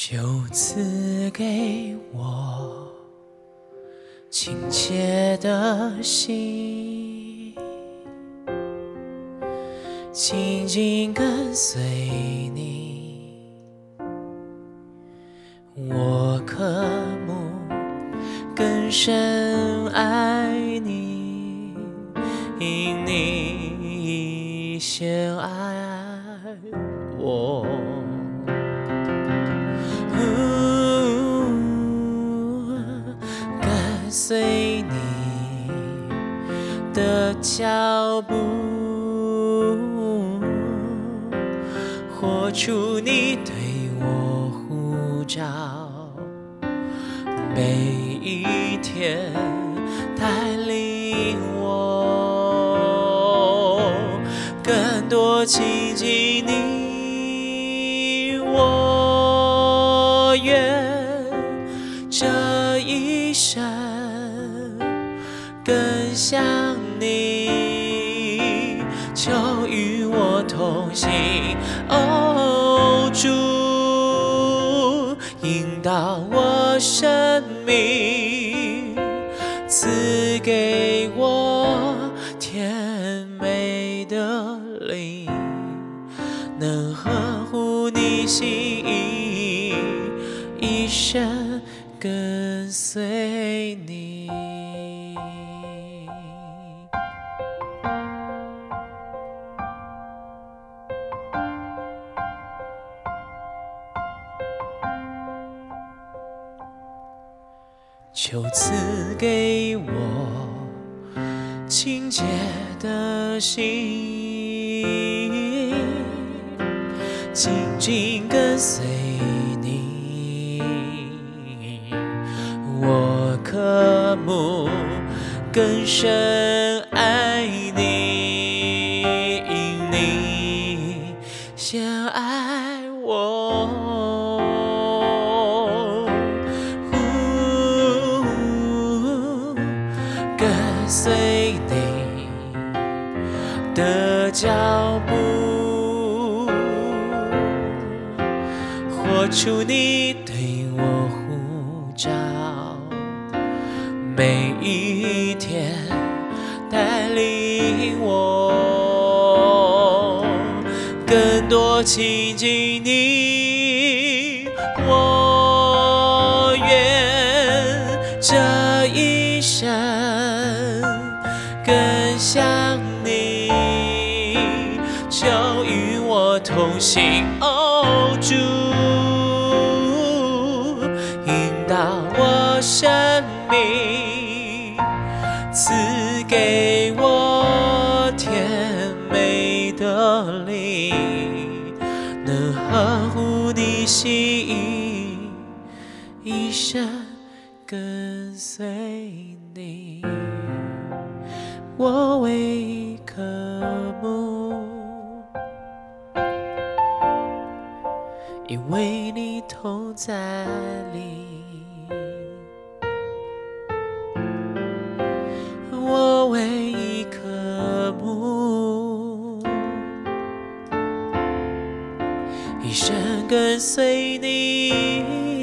就赐给我亲切的心，紧紧跟随你。我渴慕更深爱你，因你先爱我。跟随你的脚步，活出你对我呼召，每一天带领我更多亲近你。我愿这一生更像你，就与我同行。哦，主，引导我生命，赐给我甜美的灵，能合乎你心意，一生跟随你。求赐给我清洁的心，紧紧跟随你。我渴慕更深爱你，因你先爱我。跟随你的脚步，活出你对我呼召，每一天带领我更多亲近你。我愿这一生更像你，就与我同行。哦，主，引导我生命，赐给我甜美的灵，能合乎你心意，一生跟随你。我为渴慕，因为你同在里。我为渴慕，一生跟随你。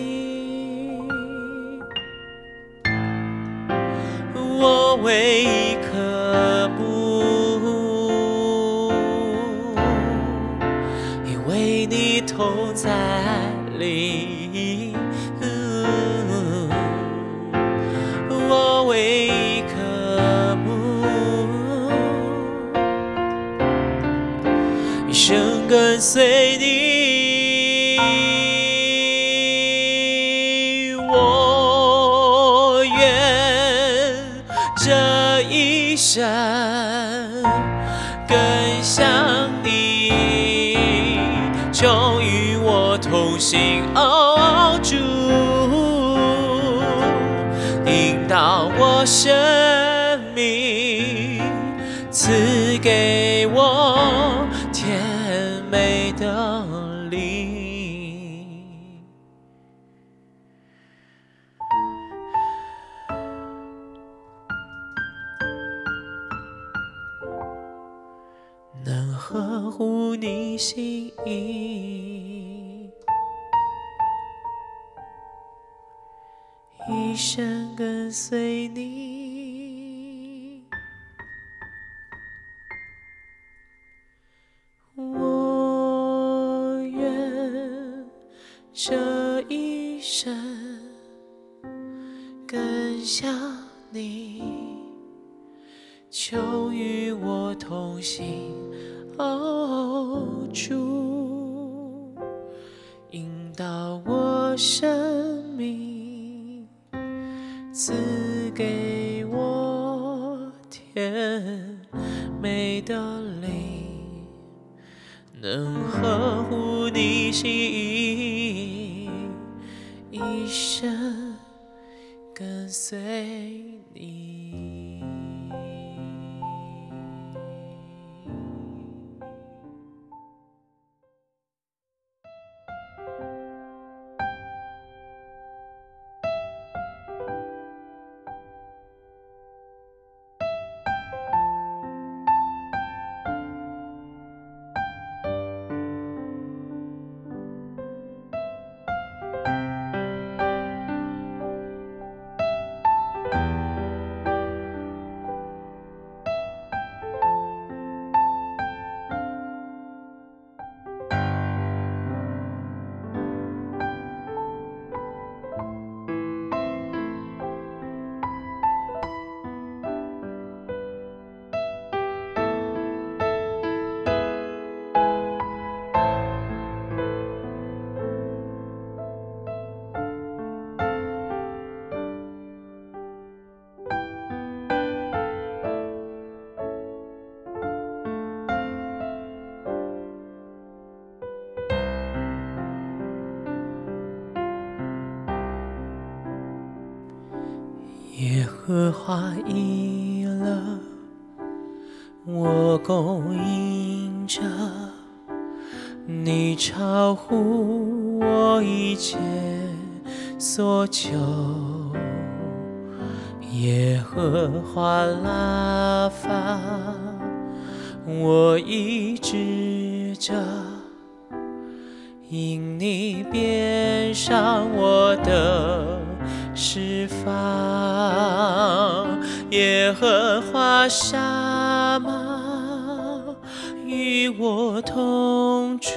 我为渴慕，因为你同在里。我为渴慕，一生跟随你。我愿这一生更像你，就与我同行。哦，主，引导我生命，赐给我甜美的灵，能合乎你心意， 一生跟随你。我愿这一生跟向你，求与我同行，哦，主，引导我生命，赐给我甜美的灵，能合乎你心意，一生跟随你。耶和华以勒，我供应着，你超乎我一切所求。耶和华拉法，我医治着，因你变上我的释放。耶和华沙玛与我同住，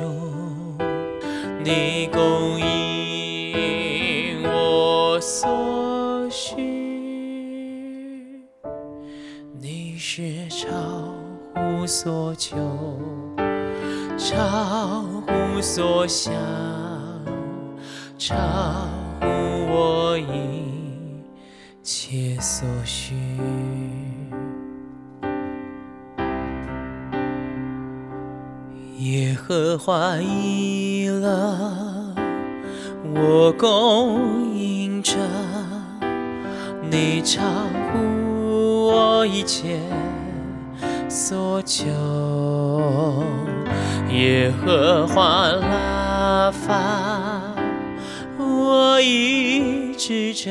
你供应我所需，你是超乎所求，超乎所想，超乎我一切所需。耶和华以勒，我供应着，你超乎我一切所求。耶和华拉法，我医治着，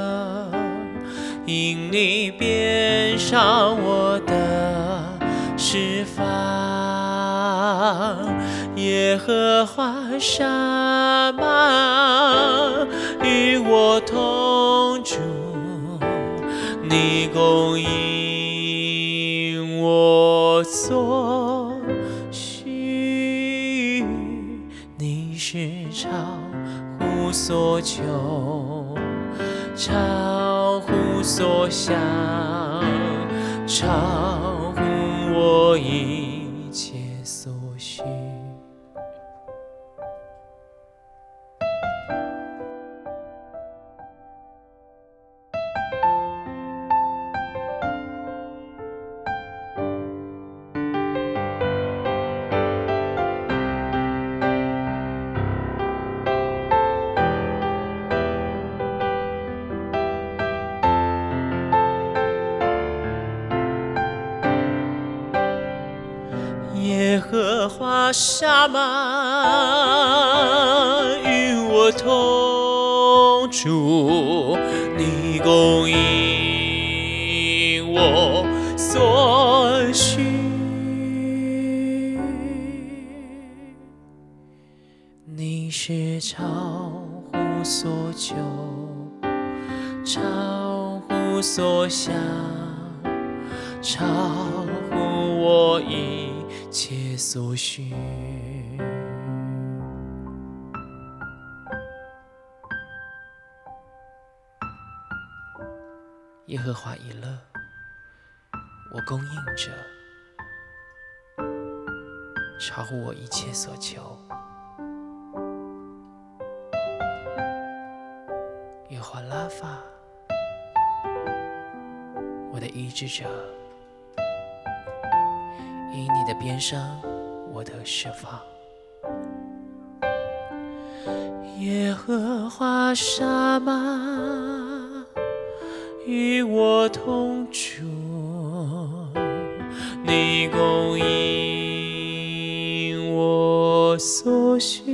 因你变上我的释放。耶和华沙玛与我同住，你供应我所需，你是超乎所求，超乎所想，超乎我一切所需。耶和华沙玛与我同住，你供应我所需，你是超乎所求， 超乎所想，超乎我一切所需。耶和华以勒，我供应着，超乎我一切所求。耶和华拉法，我的医治者，因你的鞭伤，我得释放。耶和华沙玛，与我同住，你供应我所需，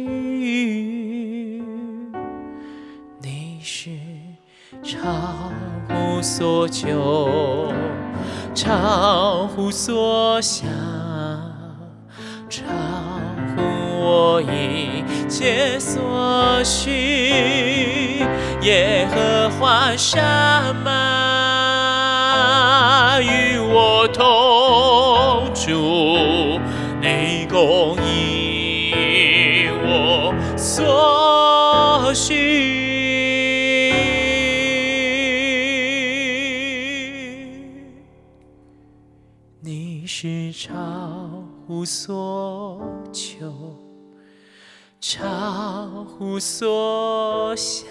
你是超乎所求，超乎所想，超乎我一切所需。耶和华沙玛，与我同住，你供应我所需。你是超乎所求，超乎所想。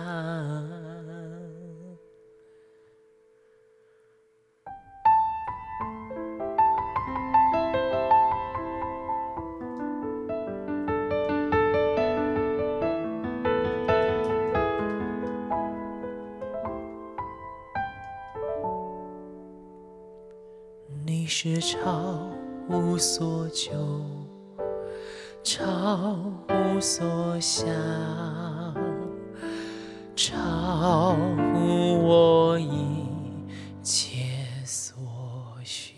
你是超乎所求，超乎所想，超乎我一切所需。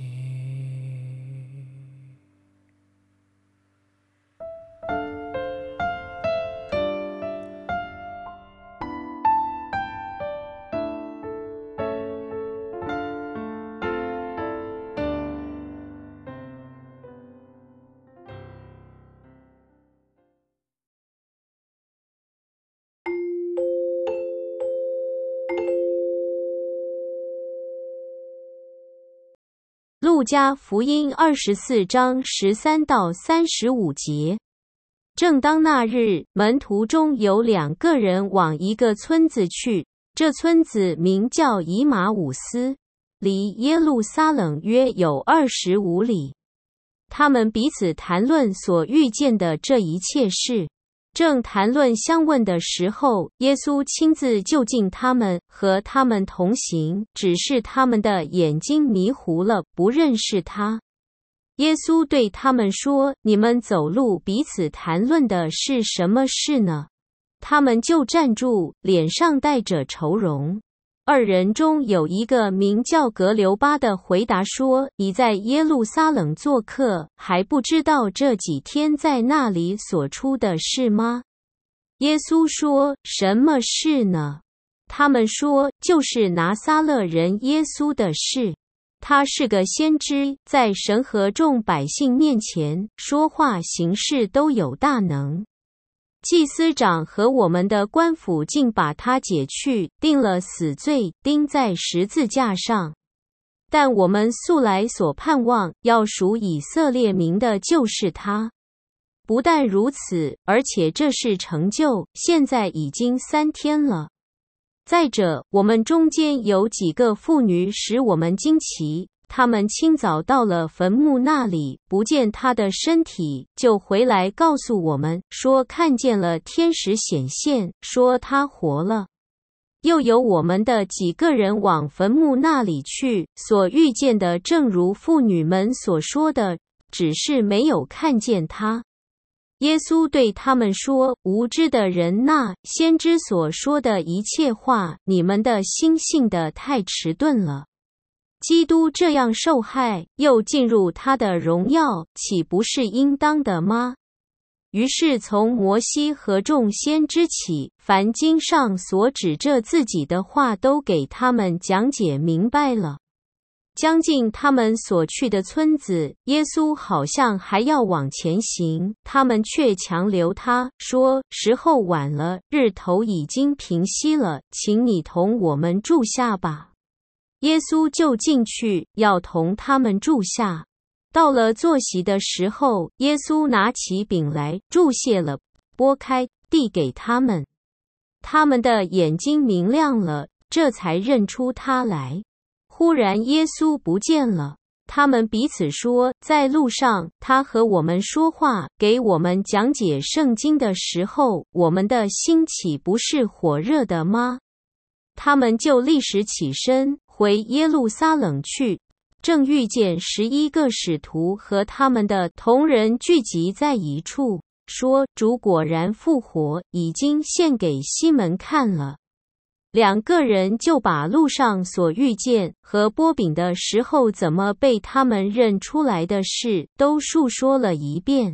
路加福音24章13到35节。正当那日，门徒中有2个人往一个村子去，这村子名叫以马忤斯，离耶路撒冷约有25里。他们彼此谈论所遇见的这一切事。正谈论相问的时候，耶稣亲自就近他们，和他们同行，只是他们的眼睛迷糊了，不认识他。耶稣对他们说：“你们走路彼此谈论的是什么事呢？”他们就站住，脸上带着愁容。2人中有一个名叫格留巴的回答说：“你在耶路撒冷做客，还不知道这几天在那里所出的事吗？”耶稣说：“什么事呢？”他们说：“就是拿撒勒人耶稣的事。他是个先知，在神和众百姓面前说话行事都有大能。祭司长和我们的官府竟把他解去，定了死罪，钉在十字架上。但我们素来所盼望要属以色列民的就是他。不但如此，而且这事成就，现在已经3天了。再者，我们中间有几个妇女使我们惊奇，他们清早到了坟墓那里，不见他的身体，就回来告诉我们，说看见了天使显现，说他活了。又有我们的几个人往坟墓那里去，所遇见的正如妇女们所说的，只是没有看见他。耶稣对他们说：“无知的人呐，先知所说的一切话，你们的心信得太迟钝了。基督这样受害，又进入他的荣耀，岂不是应当的吗？ 于是从摩西和众先知起，凡经上所指着自己的话都给他们讲解明白了。将近他们所去的村子，耶稣好像还要往前行，他们却强留他，说：时候晚了，日头已经平息了，请你同我们住下吧。耶稣就进去，要同他们住下。到了坐席的时候，耶稣拿起饼来，祝谢了，拨开，递给他们。他们的眼睛明亮了，这才认出他来。忽然耶稣不见了，他们彼此说，在路上，他和我们说话，给我们讲解圣经的时候，我们的心岂不是火热的吗？他们就立时起身，回耶路撒冷去。正遇见11个使徒和他们的同人聚集在一处，说：主果然复活，已经献给西门看了。2个人就把路上所遇见和拨饼的时候怎么被他们认出来的事，都述说了一遍。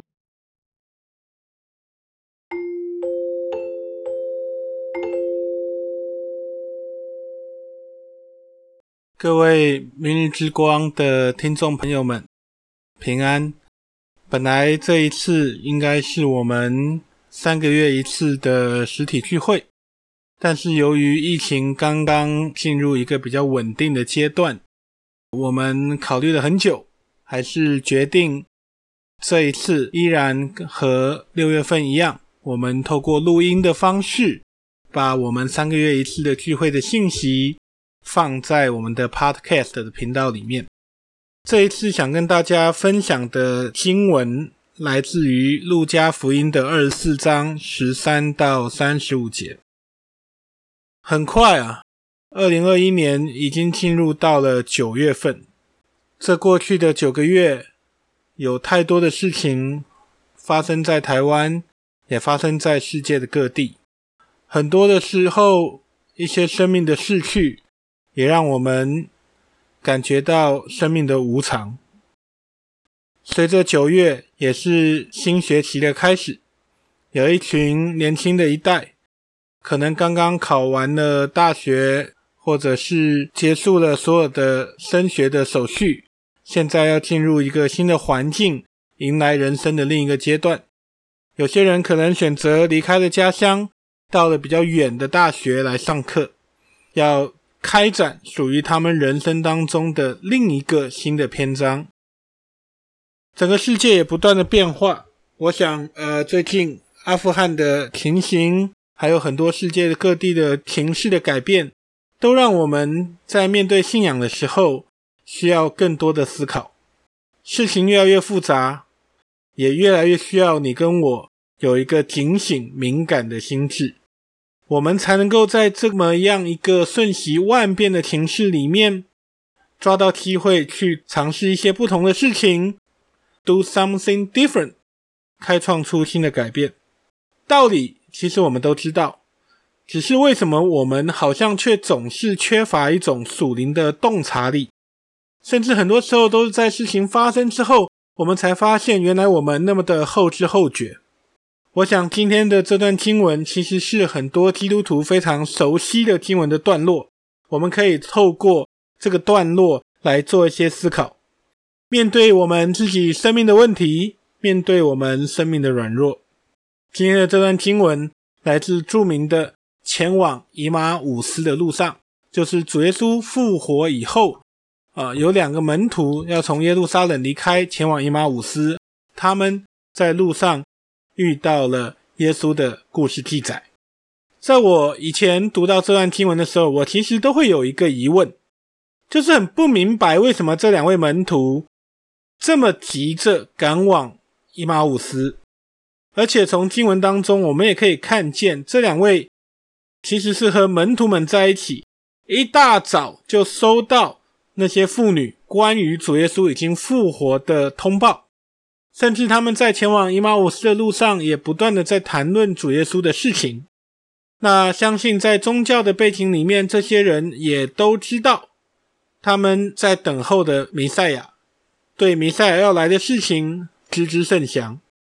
各位明日之光的听众朋友们，平安。本来这一次应该是我们3个月一次的实体聚会，但是由于疫情刚刚进入一个比较稳定的阶段，我们考虑了很久，还是决定这一次依然和6月份一样，我们透过录音的方式，把我们3个月一次的聚会的信息放在我们的 Podcast 的频道里面。这一次想跟大家分享的经文来自于路加福音的24章13到35节。很快啊，2021年已经进入到了9月份。这过去的9个月，有太多的事情发生在台湾，也发生在世界的各地。很多的时候，一些生命的逝去也让我们感觉到生命的无常。随着9月也是新学期的开始，有一群年轻的一代，可能刚刚考完了大学，或者是结束了所有的升学的手续，现在要进入一个新的环境，迎来人生的另一个阶段。有些人可能选择离开了家乡，到了比较远的大学来上课，要开展属于他们人生当中的另一个新的篇章。整个世界也不断的变化，我想最近阿富汗的情形，还有很多世界的各地的情势的改变，都让我们在面对信仰的时候需要更多的思考。事情越来越复杂，也越来越需要你跟我有一个警醒敏感的心智，我们才能够在这么样一个瞬息万变的情势里面，抓到机会去尝试一些不同的事情， do something different， 开创出新的改变。道理其实我们都知道，只是为什么我们好像却总是缺乏一种属灵的洞察力，甚至很多时候都是在事情发生之后，我们才发现原来我们那么的后知后觉。我想今天的这段经文其实是很多基督徒非常熟悉的经文的段落，我们可以透过这个段落来做一些思考，面对我们自己生命的问题，面对我们生命的软弱。今天的这段经文来自著名的前往以马忤斯的路上，就是主耶稣复活以后有2个门徒要从耶路撒冷离开前往以马忤斯，他们在路上遇到了耶稣的故事记载。在我以前读到这段经文的时候，我其实都会有一个疑问，就是很不明白为什么这2位门徒这么急着赶往以马忤斯。而且从经文当中我们也可以看见，这2位其实是和门徒们在一起，一大早就收到那些妇女关于主耶稣已经复活的通报，甚至他们在前往以马忤斯的路上也不断的在谈论主耶稣的事情。那相信在宗教的背景里面，这些人也都知道他们在等候的弥赛亚，对弥赛亚要来的事情知之甚详。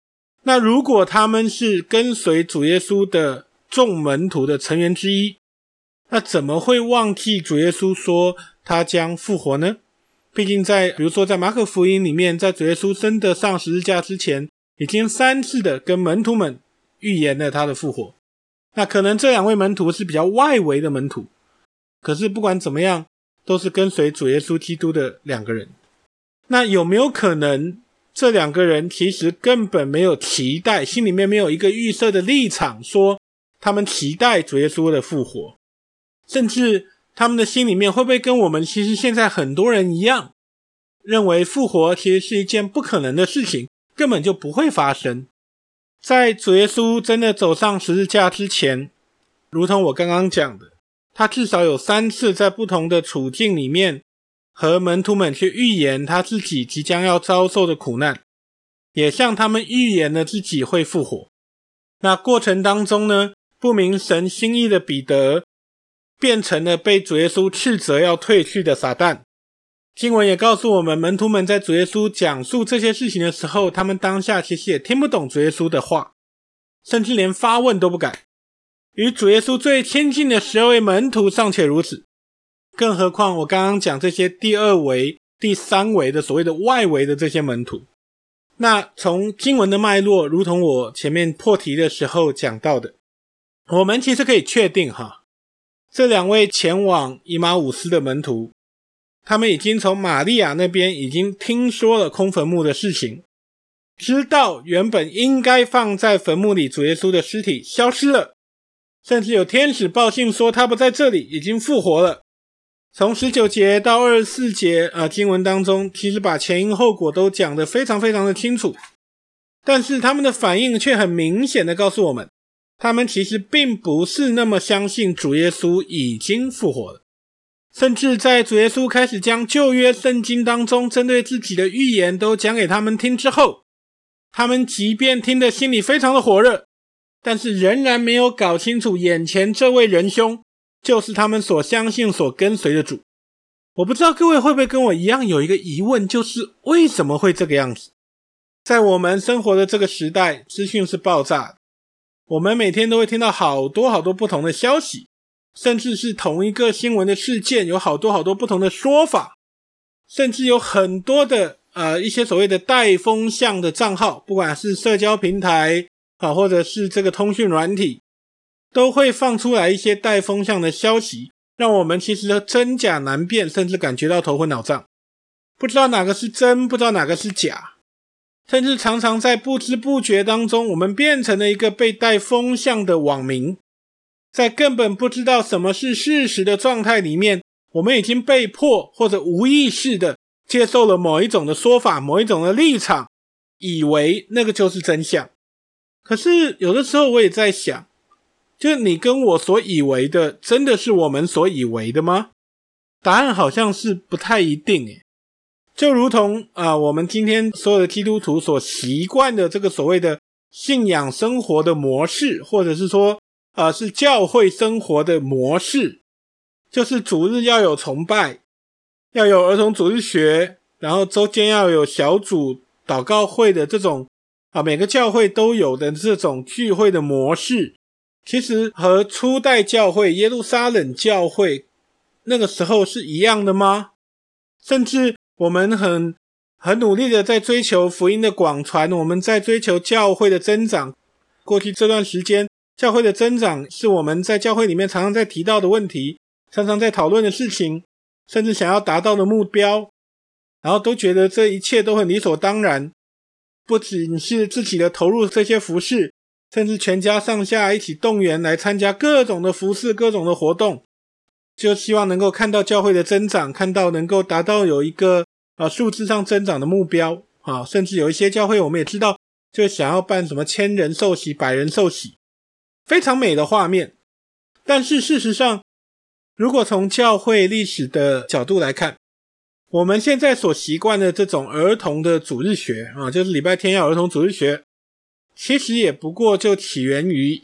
那如果他们是跟随主耶稣的众门徒的成员之一，那怎么会忘记主耶稣说他将复活呢？毕竟比如说在马可福音里面，在主耶稣真的上十字架之前，已经3次的跟门徒们预言了他的复活。那可能这2位门徒是比较外围的门徒，可是不管怎么样，都是跟随主耶稣基督的2个人。那有没有可能这2个人其实根本没有期待，心里面没有一个预设的立场，说他们期待主耶稣的复活，甚至他们的心里面会不会跟我们其实现在很多人一样，认为复活其实是一件不可能的事情，根本就不会发生。在主耶稣真的走上十字架之前，如同我刚刚讲的，他至少有3次在不同的处境里面和门徒们去预言他自己即将要遭受的苦难，也向他们预言了自己会复活。那过程当中呢，不明神心意的彼得变成了被主耶稣斥责要退去的撒旦。经文也告诉我们，门徒们在主耶稣讲述这些事情的时候，他们当下其实也听不懂主耶稣的话，甚至连发问都不敢。与主耶稣最亲近的12位门徒尚且如此，更何况我刚刚讲这些第2维、第3维的所谓的外围的这些门徒。那从经文的脉络，如同我前面破题的时候讲到的，我们其实可以确定这2位前往以马忤斯的门徒，他们已经从玛利亚那边已经听说了空坟墓的事情，知道原本应该放在坟墓里主耶稣的尸体消失了，甚至有天使报信说他不在这里，已经复活了。从19节到24节经文当中其实把前因后果都讲得非常非常的清楚，但是他们的反应却很明显的告诉我们，他们其实并不是那么相信主耶稣已经复活了。甚至在主耶稣开始将旧约圣经当中针对自己的预言都讲给他们听之后，他们即便听得心里非常的火热，但是仍然没有搞清楚眼前这位仁兄就是他们所相信所跟随的主。我不知道各位会不会跟我一样有一个疑问，就是为什么会这个样子？在我们生活的这个时代，资讯是爆炸的，我们每天都会听到好多好多不同的消息，甚至是同一个新闻的事件有好多好多不同的说法，甚至有很多的一些所谓的带风向的账号，不管是社交平台或者是这个通讯软体，都会放出来一些带风向的消息，让我们其实真假难辨，甚至感觉到头昏脑胀，不知道哪个是真，不知道哪个是假，甚至常常在不知不觉当中，我们变成了一个被带风向的网民，在根本不知道什么是事实的状态里面，我们已经被迫或者无意识的接受了某一种的说法，某一种的立场，以为那个就是真相。可是有的时候我也在想，就是你跟我所以为的真的是我们所以为的吗？答案好像是不太一定耶。就如同我们今天所有的基督徒所习惯的这个所谓的信仰生活的模式，或者是说是教会生活的模式，就是主日要有崇拜，要有儿童主日学，然后周间要有小组祷告会的这种每个教会都有的这种聚会的模式，其实和初代教会耶路撒冷教会那个时候是一样的吗？甚至我们很努力的在追求福音的广传，我们在追求教会的增长。过去这段时间教会的增长是我们在教会里面常常在提到的问题，常常在讨论的事情，甚至想要达到的目标，然后都觉得这一切都很理所当然，不仅是自己的投入这些服事，甚至全家上下一起动员来参加各种的服事，各种的活动，就希望能够看到教会的增长，看到能够达到有一个数字上增长的目标甚至有一些教会我们也知道就想要办什么1000人受洗100人受洗，非常美的画面。但是事实上，如果从教会历史的角度来看，我们现在所习惯的这种儿童的主日学就是礼拜天要儿童主日学，其实也不过就起源于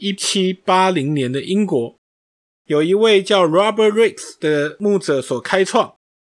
1780年的英国，有一位叫 Robert Ricks 的牧者所开创。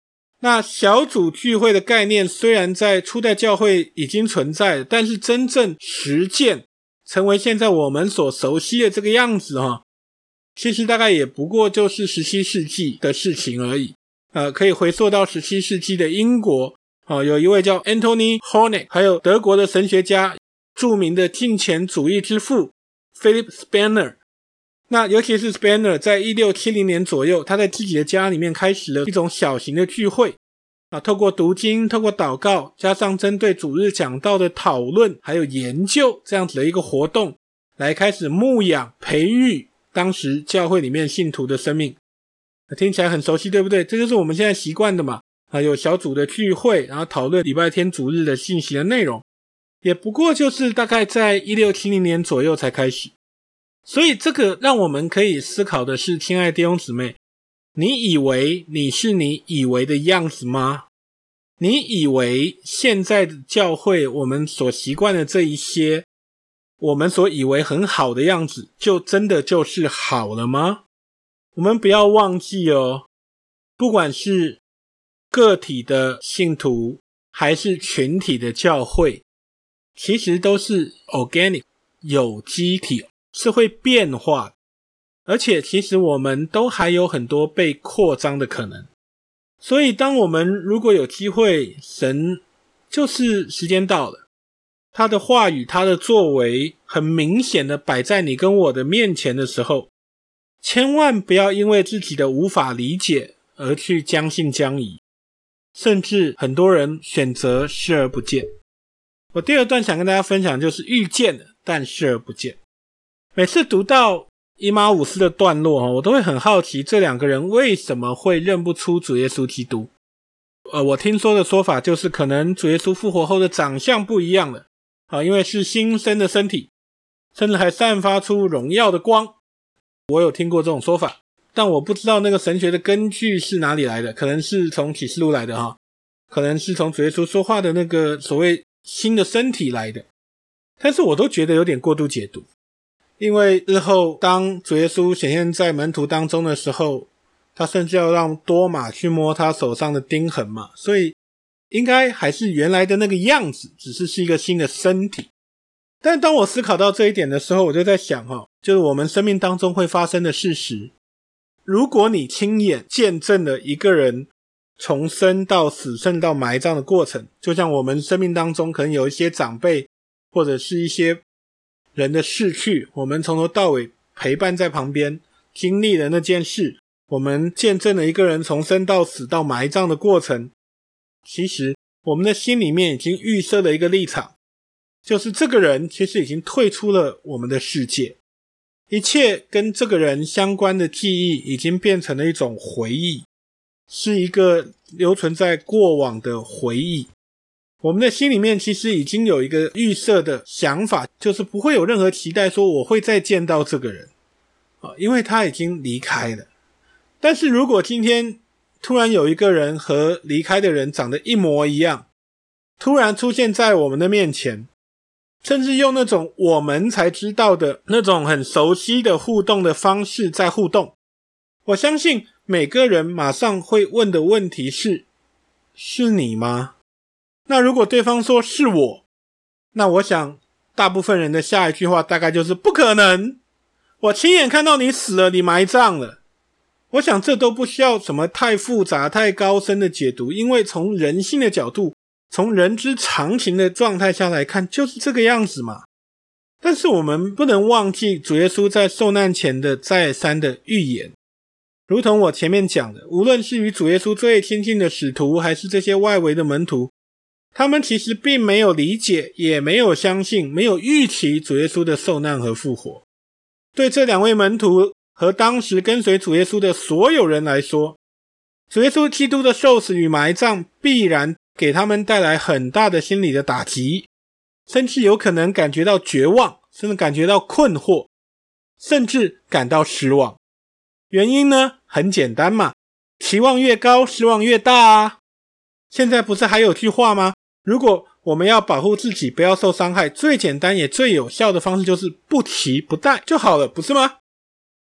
那小组聚会的概念虽然在初代教会已经存在，但是真正实践成为现在我们所熟悉的这个样子其实大概也不过就是17世纪的事情而已。可以回溯到17世纪的英国有一位叫 Anthony Hornet， 还有德国的神学家，著名的敬虔主义之父 Philip Spener。 那尤其是 Spener 在1670年左右，他在自己的家里面开始了一种小型的聚会透过读经，透过祷告，加上针对主日讲道的讨论还有研究，这样子的一个活动，来开始牧养培育当时教会里面信徒的生命。听起来很熟悉，对不对？这就是我们现在习惯的嘛有小组的聚会，然后讨论礼拜天主日的信息的内容，也不过就是大概在1670年左右才开始。所以这个让我们可以思考的是，亲爱的弟兄姊妹，你以为你是你以为的样子吗？你以为现在的教会我们所习惯的这一些，我们所以为很好的样子，就真的就是好了吗？我们不要忘记不管是个体的信徒还是群体的教会，其实都是 organic 有机体，是会变化的，而且其实我们都还有很多被扩张的可能。所以当我们如果有机会，神就是时间到了，他的话语他的作为很明显的摆在你跟我的面前的时候，千万不要因为自己的无法理解而去将信将疑，甚至很多人选择视而不见。我第二段想跟大家分享就是遇见了但视而不见。每次读到以马忤斯的段落我都会很好奇这两个人为什么会认不出主耶稣基督。我听说的说法就是可能主耶稣复活后的长相不一样了因为是新生的身体，甚至还散发出荣耀的光。我有听过这种说法，但我不知道那个神学的根据是哪里来的，可能是从启示录来的可能是从主耶稣说话的那个所谓新的身体来的，但是我都觉得有点过度解读。因为日后当主耶稣显现在门徒当中的时候，他甚至要让多马去摸他手上的钉痕嘛，所以应该还是原来的那个样子，只是一个新的身体。但当我思考到这一点的时候，我就在想就是我们生命当中会发生的事实，如果你亲眼见证了一个人从生到死甚至到埋葬的过程，就像我们生命当中可能有一些长辈或者是一些人的逝去，我们从头到尾陪伴在旁边经历了那件事，我们见证了一个人从生到死到埋葬的过程，其实我们的心里面已经预设了一个立场，就是这个人其实已经退出了我们的世界，一切跟这个人相关的记忆已经变成了一种回忆，是一个留存在过往的回忆。我们的心里面其实已经有一个预设的想法，就是不会有任何期待说我会再见到这个人因为他已经离开了。但是如果今天突然有一个人和离开的人长得一模一样，突然出现在我们的面前，甚至用那种我们才知道的那种很熟悉的互动的方式在互动，我相信每个人马上会问的问题是你吗？那如果对方说是我，那我想大部分人的下一句话大概就是不可能，我亲眼看到你死了，你埋葬了。我想这都不需要什么太复杂太高深的解读，因为从人性的角度，从人之常情的状态下来看，就是这个样子嘛。但是我们不能忘记主耶稣在受难前的再三的预言，如同我前面讲的，无论是与主耶稣最亲近的使徒，还是这些外围的门徒，他们其实并没有理解，也没有相信，没有预期主耶稣的受难和复活。对这两位门徒和当时跟随主耶稣的所有人来说，主耶稣基督的受死与埋葬必然给他们带来很大的心理的打击，甚至有可能感觉到绝望，甚至感觉到困惑，甚至感到失望。原因呢，很简单嘛，期望越高，失望越大啊。现在不是还有句话吗？如果我们要保护自己不要受伤害，最简单也最有效的方式就是不期不待就好了，不是吗？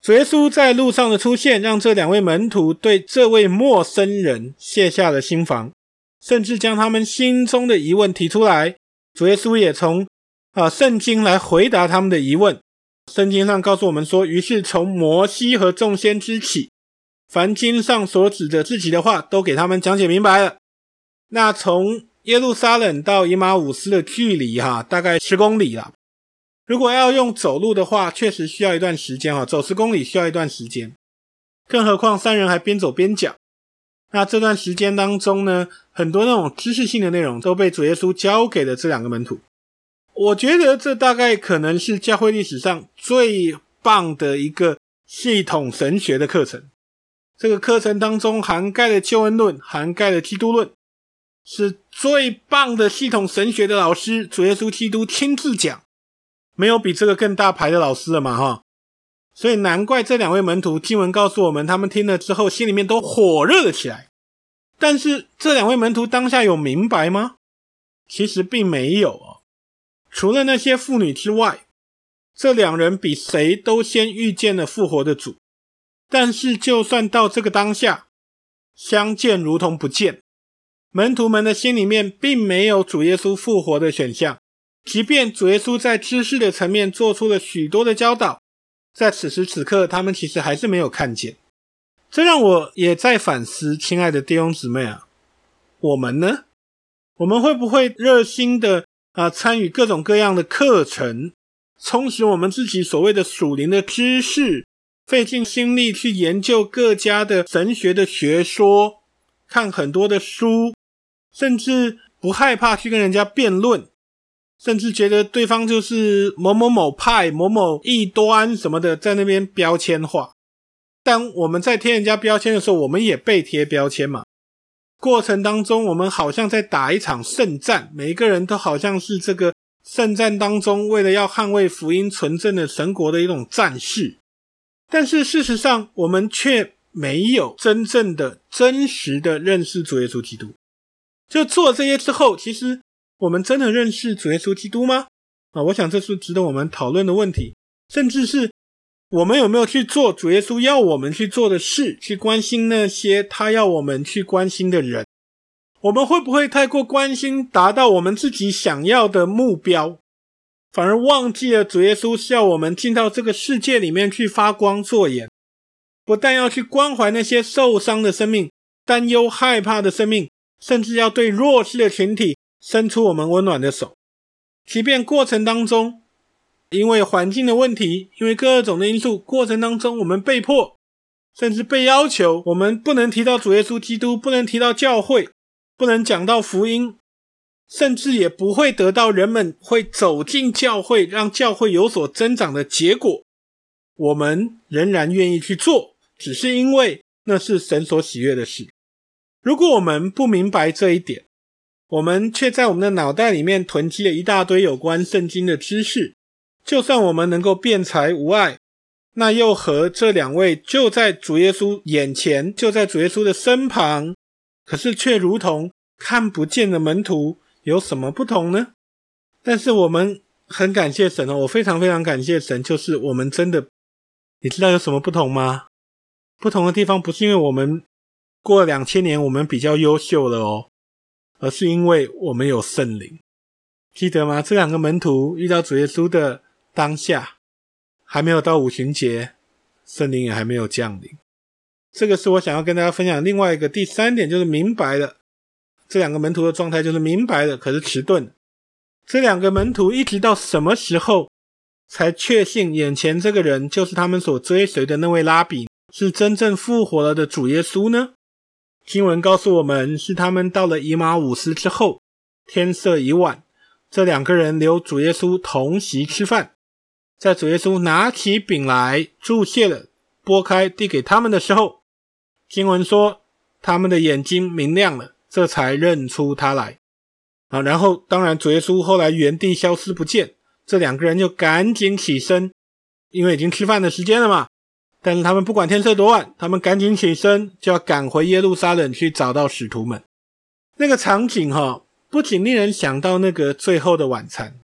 主耶稣在路上的出现，让这两位门徒对这位陌生人卸下了心防，甚至将他们心中的疑问提出来。主耶稣也从圣经来回答他们的疑问。圣经上告诉我们说，于是从摩西和众先知起，凡经上所指着自己的话，都给他们讲解明白了。那从耶路撒冷到以马忤斯的距离大概10公里啦。如果要用走路的话，确实需要一段时间走10公里需要一段时间。更何况三人还边走边讲。那这段时间当中呢，很多那种知识性的内容都被主耶稣交给了这两个门徒。我觉得这大概可能是教会历史上最棒的一个系统神学的课程。这个课程当中涵盖了救恩论，涵盖了基督论，是最棒的系统神学的老师，主耶稣基督亲自讲，没有比这个更大牌的老师了嘛所以难怪这两位门徒，经文告诉我们，他们听了之后心里面都火热了起来。但是这两位门徒当下有明白吗？其实并没有除了那些妇女之外，这两人比谁都先遇见了复活的主。但是就算到这个当下，相见如同不见，门徒们的心里面并没有主耶稣复活的选项。即便主耶稣在知识的层面做出了许多的教导，在此时此刻他们其实还是没有看见。这让我也在反思，亲爱的弟兄姊妹我们呢？我们会不会热心的参与各种各样的课程，充实我们自己所谓的属灵的知识，费尽心力去研究各家的神学的学说，看很多的书，甚至不害怕去跟人家辩论，甚至觉得对方就是某某某派、某某异端什么的，在那边标签化。但我们在贴人家标签的时候，我们也被贴标签嘛。过程当中我们好像在打一场圣战，每一个人都好像是这个圣战当中为了要捍卫福音纯正的神国的一种战士。但是事实上我们却没有真正的真实的认识主耶稣基督。就做这些之后，其实我们真的认识主耶稣基督吗？我想这是值得我们讨论的问题。甚至是我们有没有去做主耶稣要我们去做的事，去关心那些他要我们去关心的人。我们会不会太过关心达到我们自己想要的目标，反而忘记了主耶稣是要我们进到这个世界里面去发光作盐，不但要去关怀那些受伤的生命，担忧害怕的生命，甚至要对弱势的群体伸出我们温暖的手。即便过程当中因为环境的问题，因为各种的因素，过程当中我们被迫甚至被要求，我们不能提到主耶稣基督，不能提到教会，不能讲到福音，甚至也不会得到人们会走进教会，让教会有所增长的结果，我们仍然愿意去做，只是因为那是神所喜悦的事。如果我们不明白这一点，我们却在我们的脑袋里面囤积了一大堆有关圣经的知识，就算我们能够辩才无碍，那又和这两位就在主耶稣眼前，就在主耶稣的身旁，可是却如同看不见的门徒有什么不同呢？但是我们很感谢神我非常非常感谢神，就是我们真的，你知道有什么不同吗？不同的地方不是因为我们过了2000年我们比较优秀了而是因为我们有圣灵。记得吗？这两个门徒遇到主耶稣的当下，还没有到五旬节，圣灵也还没有降临。这个是我想要跟大家分享的另外一个第三点，就是明白了。这两个门徒的状态就是明白了，可是迟钝。这两个门徒一直到什么时候才确信眼前这个人就是他们所追随的那位拉比，是真正复活了的主耶稣呢？经文告诉我们，是他们到了以马忤斯之后，天色已晚，这两个人留主耶稣同席吃饭。在主耶稣拿起饼来祝谢了，拨开递给他们的时候，经文说他们的眼睛明亮了，这才认出他来然后当然主耶稣后来原地消失不见，这两个人就赶紧起身，因为已经吃饭的时间了嘛。但是他们不管天色多晚，他们赶紧起身，就要赶回耶路撒冷去找到使徒们。那个场景不仅令人想到那个最后的晚餐，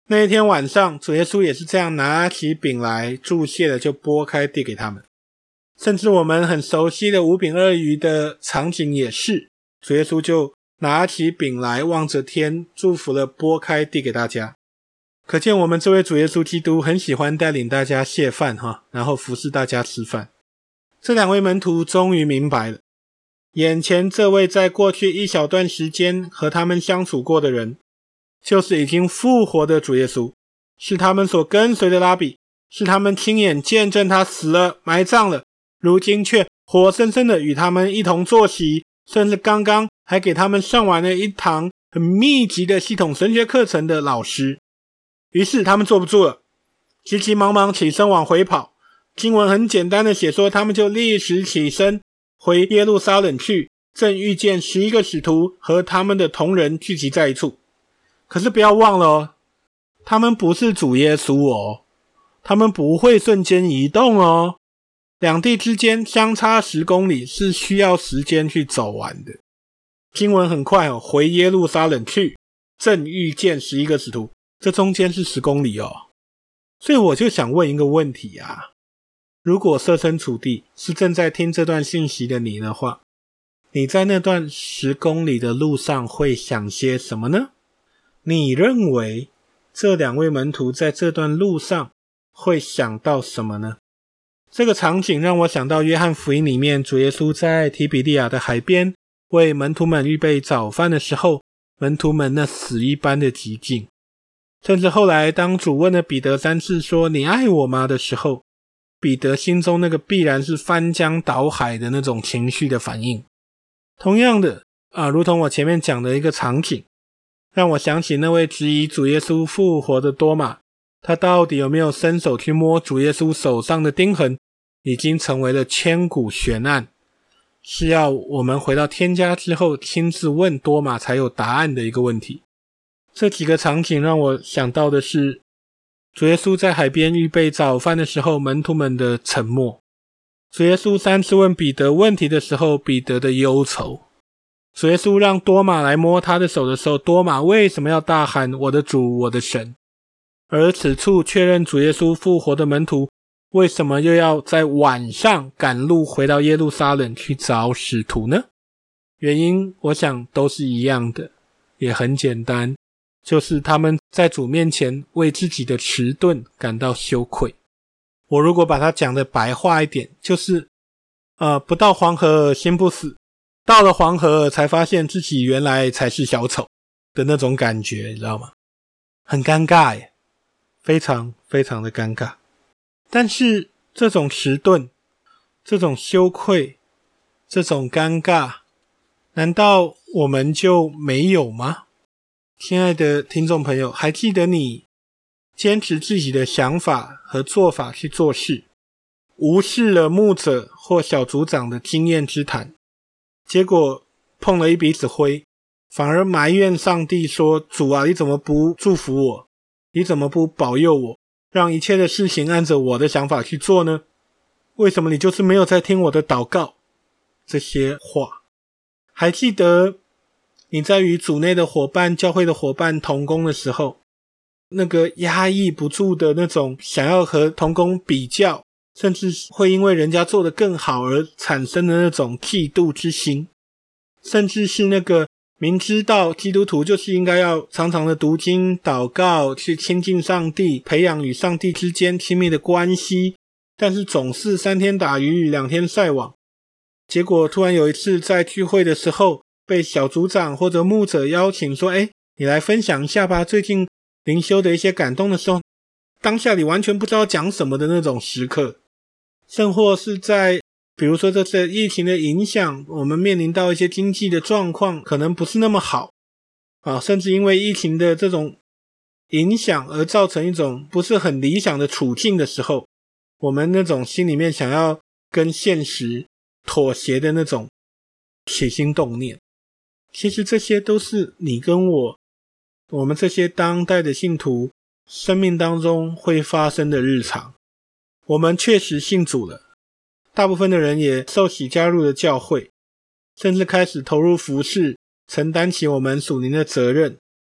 那一天晚上，主耶稣也是这样拿起饼来，祝谢了就拨开递给他们。甚至我们很熟悉的5饼2鱼的场景也是，主耶稣就拿起饼来，望着天，祝福了，拨开递给大家。可见我们这位主耶稣基督很喜欢带领大家谢饭然后服侍大家吃饭。这2位门徒终于明白了，眼前这位在过去一小段时间和他们相处过的人，就是已经复活的主耶稣，是他们所跟随的拉比，是他们亲眼见证他死了埋葬了，如今却活生生的与他们一同坐席，甚至刚刚还给他们上完了一堂很密集的系统神学课程的老师。于是他们坐不住了，急急忙忙起身往回跑。经文很简单的写说，他们就立时起身回耶路撒冷去，正遇见11个使徒和他们的同人聚集在一处。可是不要忘了他们不是主耶稣他们不会瞬间移动两地之间相差10公里，是需要时间去走完的。经文很快回耶路撒冷去，正遇见11个使徒，这中间是10公里所以我就想问一个问题如果设身处地是正在听这段信息的你的话，你在那段10公里的路上会想些什么呢？你认为这2位门徒在这段路上会想到什么呢？这个场景让我想到约翰福音里面主耶稣在提比利亚的海边为门徒们预备早饭的时候，门徒们那死一般的寂静。甚至后来当主问了彼得3次说你爱我吗的时候，彼得心中那个必然是翻江倒海的那种情绪的反应。同样的如同我前面讲的一个场景，让我想起那位质疑主耶稣复活的多马，他到底有没有伸手去摸主耶稣手上的钉痕，已经成为了千古悬案，是要我们回到天家之后亲自问多马才有答案的一个问题。这几个场景让我想到的是主耶稣在海边预备早饭的时候，门徒们的沉默；主耶稣3次问彼得问题的时候，彼得的忧愁；主耶稣让多马来摸他的手的时候，多马为什么要大喊我的主我的神？而此处确认主耶稣复活的门徒，为什么又要在晚上赶路回到耶路撒冷去找使徒呢？原因我想都是一样的，也很简单，就是他们在主面前为自己的迟钝感到羞愧。我如果把它讲的白话一点，就是不到黄河儿心不死，到了黄河儿才发现自己原来才是小丑的那种感觉，你知道吗？很尴尬耶，非常非常的尴尬。但是这种迟钝，这种羞愧，这种尴尬，难道我们就没有吗？亲爱的听众朋友，还记得你坚持自己的想法和做法去做事，无视了牧者或小组长的经验之谈，结果碰了一鼻子灰，反而埋怨上帝说，主啊，你怎么不祝福我？你怎么不保佑我，让一切的事情按着我的想法去做呢？为什么你就是没有在听我的祷告？这些话还记得你在与组内的伙伴、教会的伙伴同工的时候，那个压抑不住的那种想要和同工比较，甚至会因为人家做得更好而产生的那种嫉妒之心，甚至是那个明知道基督徒就是应该要常常的读经、祷告，去亲近上帝，培养与上帝之间亲密的关系，但是总是3天打鱼2天晒网。结果突然有一次在聚会的时候，被小组长或者牧者邀请说，你来分享一下吧，最近灵修的一些感动的时候，当下你完全不知道讲什么的那种时刻。甚或是在比如说这次疫情的影响，我们面临到一些经济的状况可能不是那么好甚至因为疫情的这种影响而造成一种不是很理想的处境的时候，我们那种心里面想要跟现实妥协的那种起心动念，其实这些都是你跟我们这些当代的信徒生命当中会发生的日常。我们确实信主了，大部分的人也受洗加入了教会，甚至开始投入服事，承担起我们属灵的责任。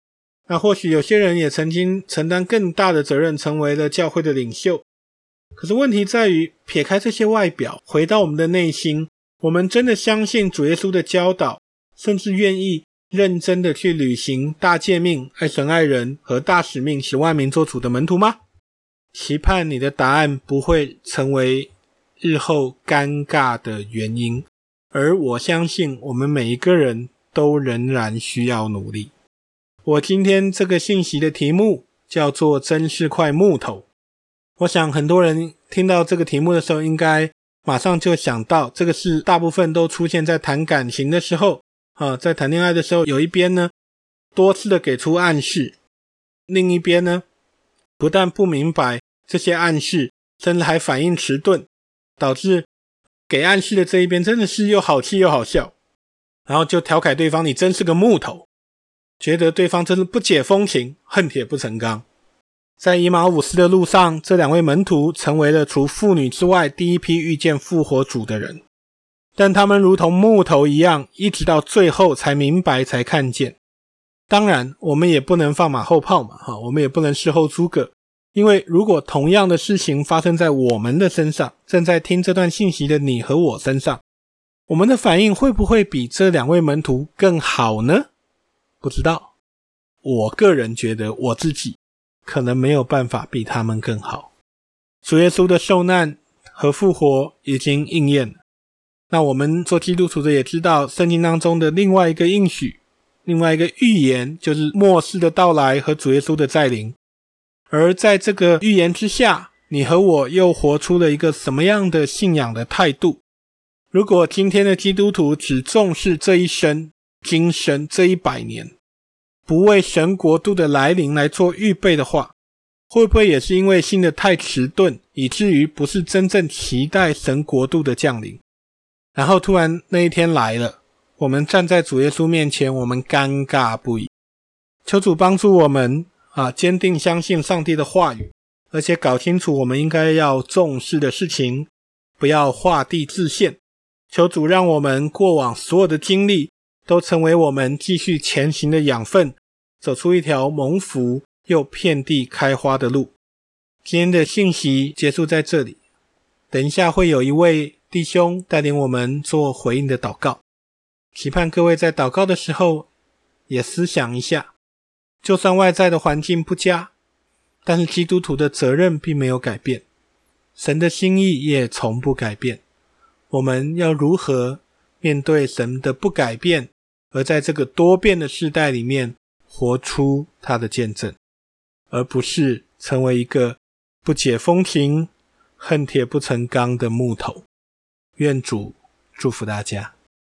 那或许有些人也曾经承担更大的责任，成为了教会的领袖。可是问题在于，撇开这些外表，回到我们的内心，我们真的相信主耶稣的教导，甚至愿意认真的去履行大诫命、爱神爱人和大使命，使万民做主的门徒吗？期盼你的答案不会成为日后尴尬的原因，而我相信我们每一个人都仍然需要努力。我今天这个信息的题目叫做真是块木头。我想很多人听到这个题目的时候，应该马上就想到，这个是大部分都出现在谈感情的时候，在谈恋爱的时候，有一边呢多次的给出暗示，另一边呢不但不明白这些暗示，甚至还反应迟钝，导致给暗示的这一边真的是又好气又好笑，然后就调侃对方你真是个木头，觉得对方真是不解风情，恨铁不成钢。在以马忤斯的路上，这两位门徒成为了除妇女之外第一批遇见复活主的人，但他们如同木头一样，一直到最后才明白，才看见。当然我们也不能放马后炮嘛，我们也不能事后诸葛，因为如果同样的事情发生在我们的身上，正在听这段信息的你和我身上，我们的反应会不会比这两位门徒更好呢？不知道。我个人觉得我自己可能没有办法比他们更好。主耶稣的受难和复活已经应验了。那我们做基督徒的也知道，圣经当中的另外一个应许，另外一个预言，就是末世的到来和主耶稣的再临。而在这个预言之下，你和我又活出了一个什么样的信仰的态度？如果今天的基督徒只重视这一生、今生这100年，不为神国度的来临来做预备的话，会不会也是因为信得太迟钝，以至于不是真正期待神国度的降临？然后突然那一天来了，我们站在主耶稣面前，我们尴尬不已。求主帮助我们坚定相信上帝的话语，而且搞清楚我们应该要重视的事情，不要画地自限。求主让我们过往所有的经历都成为我们继续前行的养分，走出一条蒙福又遍地开花的路。今天的信息结束在这里，等一下会有一位弟兄带领我们做回应的祷告，期盼各位在祷告的时候也思想一下，就算外在的环境不佳，但是基督徒的责任并没有改变，神的心意也从不改变。我们要如何面对神的不改变，而在这个多变的世代里面活出他的见证，而不是成为一个不解风情、恨铁不成钢的木头。愿主祝福大家。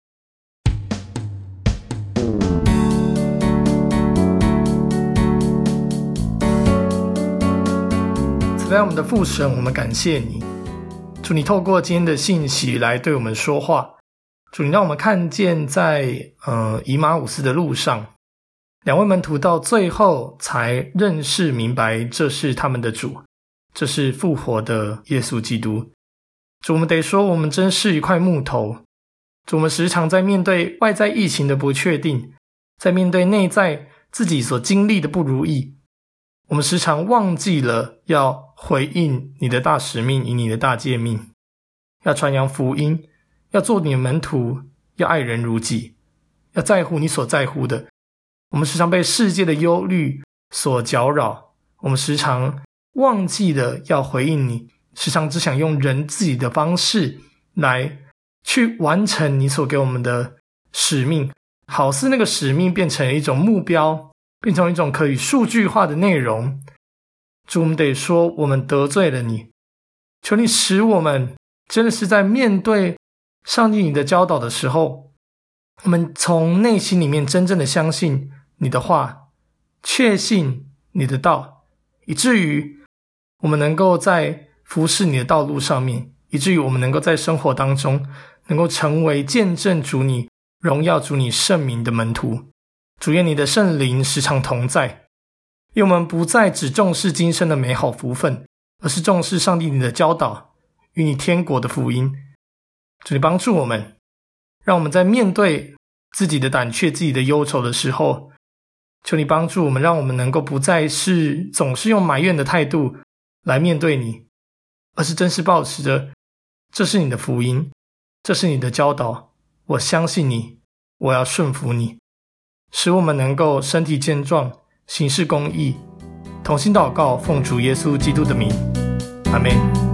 慈爱我们的父神，我们感谢你，主，你透过今天的信息来对我们说话。主，你让我们看见在以马忤斯的路上，两位门徒到最后才认识明白，这是他们的主，这是复活的耶稣基督。主，我们得说，我们真是一块木头。主，我们时常在面对外在疫情的不确定，在面对内在自己所经历的不如意，我们时常忘记了要回应你的大使命，以你的大诫命，要传扬福音，要做你的门徒，要爱人如己，要在乎你所在乎的。我们时常被世界的忧虑所搅扰，我们时常忘记了要回应你，时常只想用人自己的方式来去完成你所给我们的使命，好似那个使命变成一种目标，变成一种可以数据化的内容。主，我们得说我们得罪了你，求你使我们真的是在面对上帝你的教导的时候，我们从内心里面真正的相信你的话，确信你的道，以至于我们能够在服侍你的道路上面，以至于我们能够在生活当中能够成为见证主你荣耀主你圣名的门徒。主，愿你的圣灵时常同在，愿我们不再只重视今生的美好福分，而是重视上帝你的教导与你天国的福音。主，你帮助我们，让我们在面对自己的胆怯、自己的忧愁的时候， 求你帮助我们，让我们能够不再是总是用埋怨的态度来面对你，而是真是抱持着这是你的福音，这是你的教导，我相信你，我要顺服你，使我们能够身体健壮，行事公义，同心祷告，奉主耶稣基督的名，阿们。